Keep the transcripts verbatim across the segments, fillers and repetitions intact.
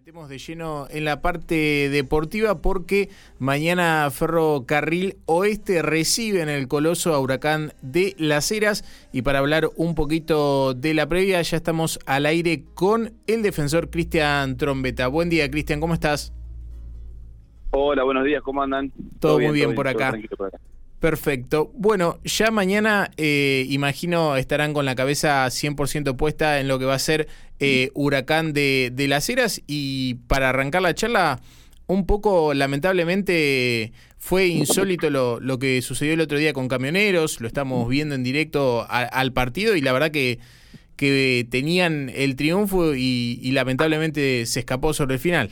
Metemos de lleno en la parte deportiva porque mañana Ferrocarril Oeste recibe en el Coloso a Huracán de Las Heras, y para hablar un poquito de la previa ya estamos al aire con el defensor Cristian Trombetta. Buen día, Cristian, ¿cómo estás? Hola, buenos días, ¿cómo andan? Todo, todo bien, muy bien, bien por, acá. por acá. Perfecto. Bueno, ya mañana eh, imagino estarán con la cabeza cien por ciento puesta en lo que va a ser eh, Huracán de, de Las Heras, y para arrancar la charla, un poco lamentablemente fue insólito lo, lo que sucedió el otro día con Camioneros. Lo estamos viendo en directo a, al partido y la verdad que, que tenían el triunfo y, y lamentablemente se escapó sobre el final.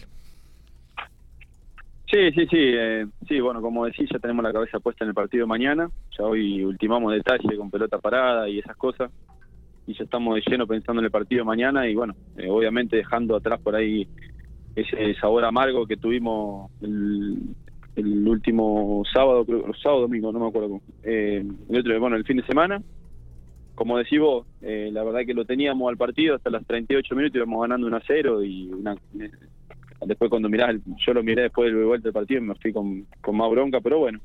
Sí, sí, sí, eh, sí, bueno, como decís, ya tenemos la cabeza puesta en el partido de mañana. Ya hoy ultimamos detalle con pelota parada y esas cosas, y ya estamos de lleno pensando en el partido de mañana y bueno, eh, obviamente dejando atrás por ahí ese sabor amargo que tuvimos el, el último sábado, creo, sábado domingo, no me acuerdo cómo, eh, el otro, bueno, el fin de semana. Como decís vos, eh, la verdad que lo teníamos al partido hasta las treinta y ocho minutos, íbamos ganando uno a cero y una... Después cuando mirás, yo lo miré después del vuelta del partido y me fui con, con más bronca, pero bueno.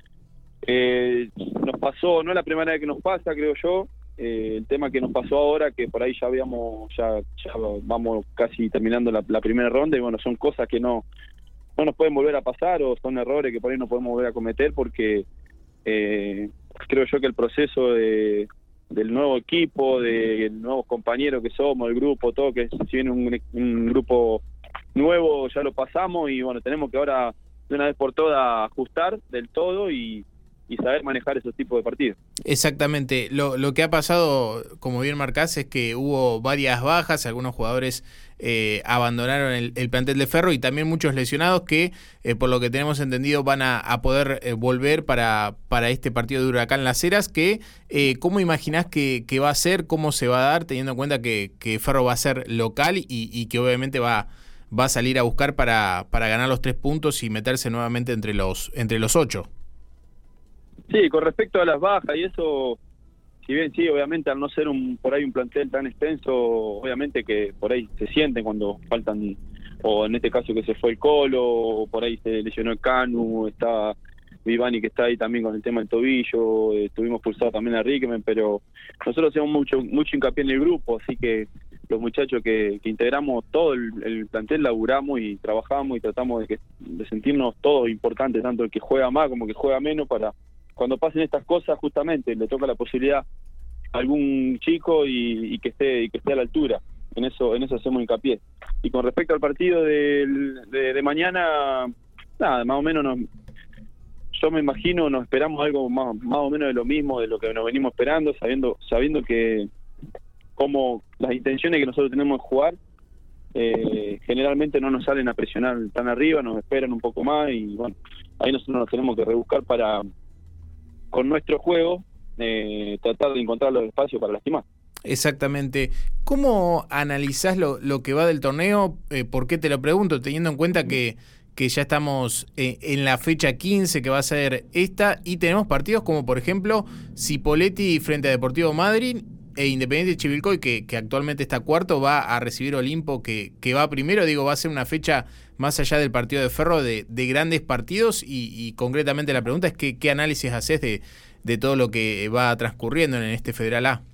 Eh, nos pasó, no es la primera vez que nos pasa, creo yo. Eh, el tema que nos pasó ahora, que por ahí ya habíamos, ya, ya vamos casi terminando la, la primera ronda, y bueno, son cosas que no, no nos pueden volver a pasar, o son errores que por ahí no podemos volver a cometer, porque eh, creo yo que el proceso de, del nuevo equipo, de nuevos compañeros que somos, el grupo, todo, que si viene un, un grupo nuevo ya lo pasamos, y bueno, tenemos que ahora de una vez por todas ajustar del todo y, y saber manejar esos tipos de partidos. Exactamente, lo, lo que ha pasado, como bien marcás, es que hubo varias bajas, algunos jugadores eh, abandonaron el, el plantel de Ferro, y también muchos lesionados que, eh, por lo que tenemos entendido, van a, a poder eh, volver para, para este partido de Huracán Las Heras, que eh, ¿cómo imaginás que, que va a ser, cómo se va a dar, teniendo en cuenta que, que Ferro va a ser local y, y que obviamente va va a salir a buscar para, para ganar los tres puntos y meterse nuevamente entre los entre los ocho? Sí, con respecto a las bajas y eso, si bien sí, obviamente al no ser un por ahí un plantel tan extenso, obviamente que por ahí se sienten cuando faltan, o en este caso que se fue el Colo, o por ahí se lesionó el Canu, está Vivani que está ahí también con el tema del tobillo, eh, tuvimos pulsado también a Rickman, pero nosotros hacemos mucho mucho hincapié en el grupo, así que los muchachos que, que integramos todo el, el plantel laburamos y trabajamos y tratamos de, que, de sentirnos todos importantes, tanto el que juega más como el que juega menos, para cuando pasen estas cosas justamente le toca la posibilidad a algún chico y, y que esté y que esté a la altura. En eso en eso hacemos hincapié. Y con respecto al partido de, de, de mañana, nada, más o menos nos, yo me imagino, nos esperamos algo más, más o menos de lo mismo, de lo que nos venimos esperando, sabiendo sabiendo que como las intenciones que nosotros tenemos de jugar eh, generalmente no nos salen a presionar tan arriba, nos esperan un poco más, y bueno, ahí nosotros nos tenemos que rebuscar para, con nuestro juego, eh, tratar de encontrar los espacios para lastimar. Exactamente. ¿Cómo analizás lo, lo que va del torneo? Eh, ¿Por qué te lo pregunto? Teniendo en cuenta que, que ya estamos eh, en la fecha quince, que va a ser esta, y tenemos partidos como por ejemplo Cipolletti frente a Deportivo Madryn, e Independiente Chivilcoy, que, que actualmente está cuarto, va a recibir Olimpo, que, que va primero. Digo, va a ser una fecha, más allá del partido de Ferro, de, de grandes partidos, y, y concretamente la pregunta es que, qué análisis haces de, de todo lo que va transcurriendo en este Federal A.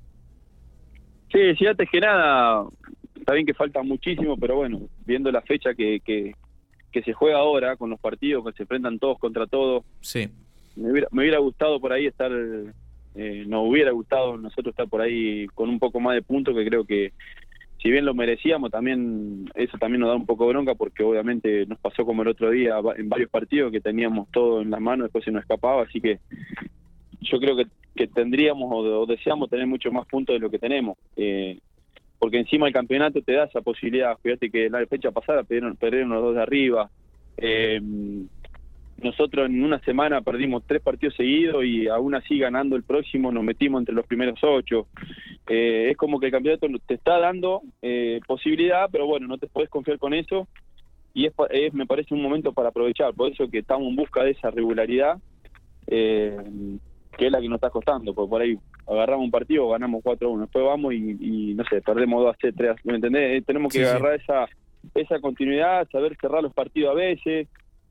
Sí, sí, antes que nada, está bien que falta muchísimo, pero bueno, viendo la fecha que, que, que se juega ahora, con los partidos que se enfrentan todos contra todos, sí. me hubiera, me hubiera gustado por ahí estar... Eh, nos hubiera gustado nosotros estar por ahí con un poco más de puntos, que creo que si bien lo merecíamos, también eso también nos da un poco de bronca, porque obviamente nos pasó como el otro día en varios partidos que teníamos todo en las manos, después se nos escapaba, así que yo creo que, que tendríamos o, o deseamos tener mucho más puntos de lo que tenemos, eh, porque encima el campeonato te da esa posibilidad. Fíjate que la fecha pasada perdieron, perdieron los dos de arriba, eh, nosotros en una semana perdimos tres partidos seguidos y aún así ganando el próximo nos metimos entre los primeros ocho. Eh, es como que el campeonato te está dando eh, posibilidad, pero bueno, no te podés confiar con eso, y es, es me parece un momento para aprovechar. Por eso que estamos en busca de esa regularidad, eh, que es la que nos está costando, porque por ahí agarramos un partido, ganamos cuatro a uno, después vamos y, y no sé, perdemos dos a tres, ¿me entendés? Tenemos que sí, agarrar sí. esa esa continuidad, saber cerrar los partidos a veces,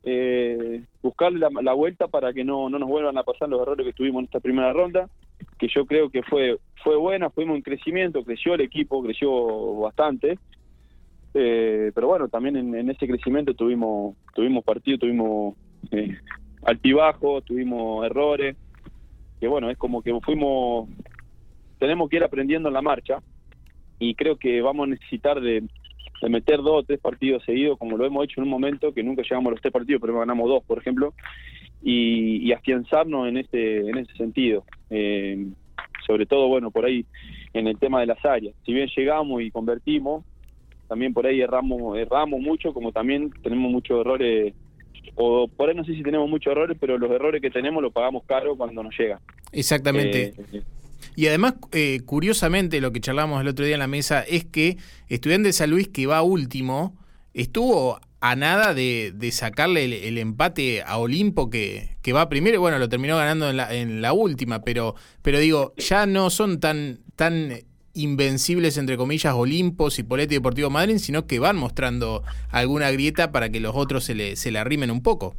eh, buscarle la, la vuelta para que no, no nos vuelvan a pasar los errores que tuvimos en esta primera ronda, que yo creo que fue fue buena, fuimos en crecimiento, creció el equipo, creció bastante, eh, pero bueno, también en, en ese crecimiento tuvimos tuvimos partidos, tuvimos eh, altibajos, tuvimos errores, que bueno, es como que fuimos, tenemos que ir aprendiendo en la marcha, y creo que vamos a necesitar de, de meter dos o tres partidos seguidos, como lo hemos hecho en un momento, que nunca llegamos a los tres partidos, pero ganamos dos, por ejemplo, y, y afianzarnos en ese, en ese sentido. Eh, sobre todo, bueno, por ahí en el tema de las áreas. Si bien llegamos y convertimos, también por ahí erramos, erramos mucho, como también tenemos muchos errores, o por ahí no sé si tenemos muchos errores, pero los errores que tenemos los pagamos caro cuando nos llegan. Exactamente. Eh, Y además, eh, curiosamente, lo que charlamos el otro día en la mesa es que Estudiantes de San Luis, que va último, estuvo a nada de, de sacarle el, el empate a Olimpo, que, que va primero, y bueno, lo terminó ganando en la, en la última, pero, pero digo, ya no son tan, tan invencibles, entre comillas, Olimpo, Cipolletti y Deportivo Madryn, sino que van mostrando alguna grieta para que los otros se le, se le arrimen un poco.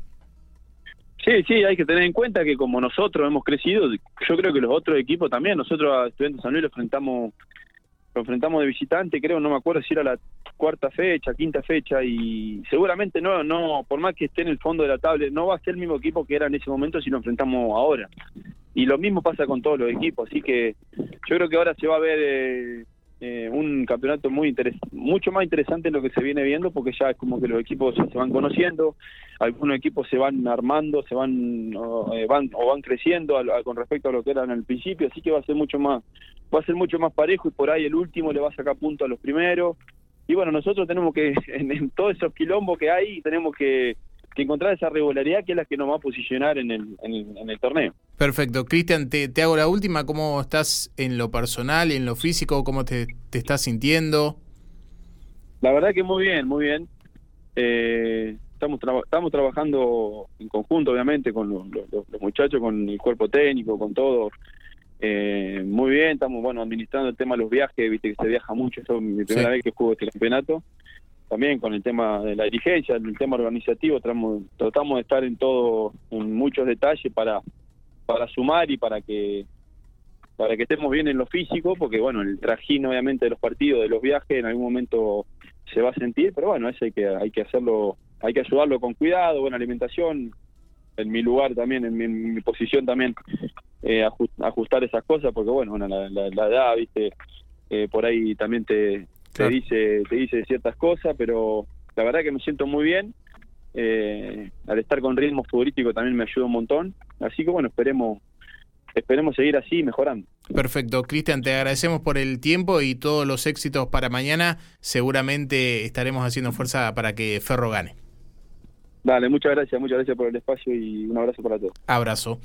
Sí, sí, hay que tener en cuenta que como nosotros hemos crecido, yo creo que los otros equipos también, nosotros a Estudiantes de San Luis lo enfrentamos, lo enfrentamos de visitante, creo, no me acuerdo si era la cuarta fecha, quinta fecha, y seguramente no, no, por más que esté en el fondo de la tabla, no va a ser el mismo equipo que era en ese momento si lo enfrentamos ahora. Y lo mismo pasa con todos los equipos, así que yo creo que ahora se va a ver eh, eh, un campeonato muy interes- mucho más interesante en lo que se viene viendo, porque ya es como que los equipos ya se van conociendo, algunos equipos se van armando, se van, o, eh, van o van creciendo a, a, con respecto a lo que eran al principio, así que va a ser mucho más, va a ser mucho más parejo, y por ahí el último le va a sacar punto a los primeros. Y bueno, nosotros tenemos que, en, en todos esos quilombos que hay, tenemos que, que encontrar esa regularidad que es la que nos va a posicionar en el, en el, en el torneo. Perfecto. Cristian, te, te hago la última. ¿Cómo estás en lo personal, en lo físico? ¿Cómo te, te estás sintiendo? La verdad que muy bien, muy bien. Eh, estamos, tra- estamos trabajando en conjunto, obviamente, con los, los, los muchachos, con el cuerpo técnico, con todo. Eh, muy bien, estamos bueno administrando el tema de los viajes, viste que se viaja mucho, esto es mi primera sí. vez que juego este campeonato, también con el tema de la dirigencia, el tema organizativo, tratamos, tratamos de estar en todo, en muchos detalles para para sumar y para que para que estemos bien en lo físico, porque bueno, el trajín obviamente de los partidos, de los viajes, en algún momento se va a sentir, pero bueno, eso hay que hay que hacerlo, hay que ayudarlo con cuidado, buena alimentación, en mi lugar también, en mi, en mi posición también, eh, ajustar esas cosas, porque bueno, bueno la, la, la edad, viste, eh, por ahí también te, claro. te dice te dice ciertas cosas, pero la verdad que me siento muy bien, eh, al estar con ritmo futbolístico también me ayuda un montón, así que bueno, esperemos esperemos seguir así mejorando. Perfecto, Cristian, te agradecemos por el tiempo y todos los éxitos para mañana, seguramente estaremos haciendo fuerza para que Ferro gane. Dale, muchas gracias, muchas gracias por el espacio y un abrazo para todos. Abrazo.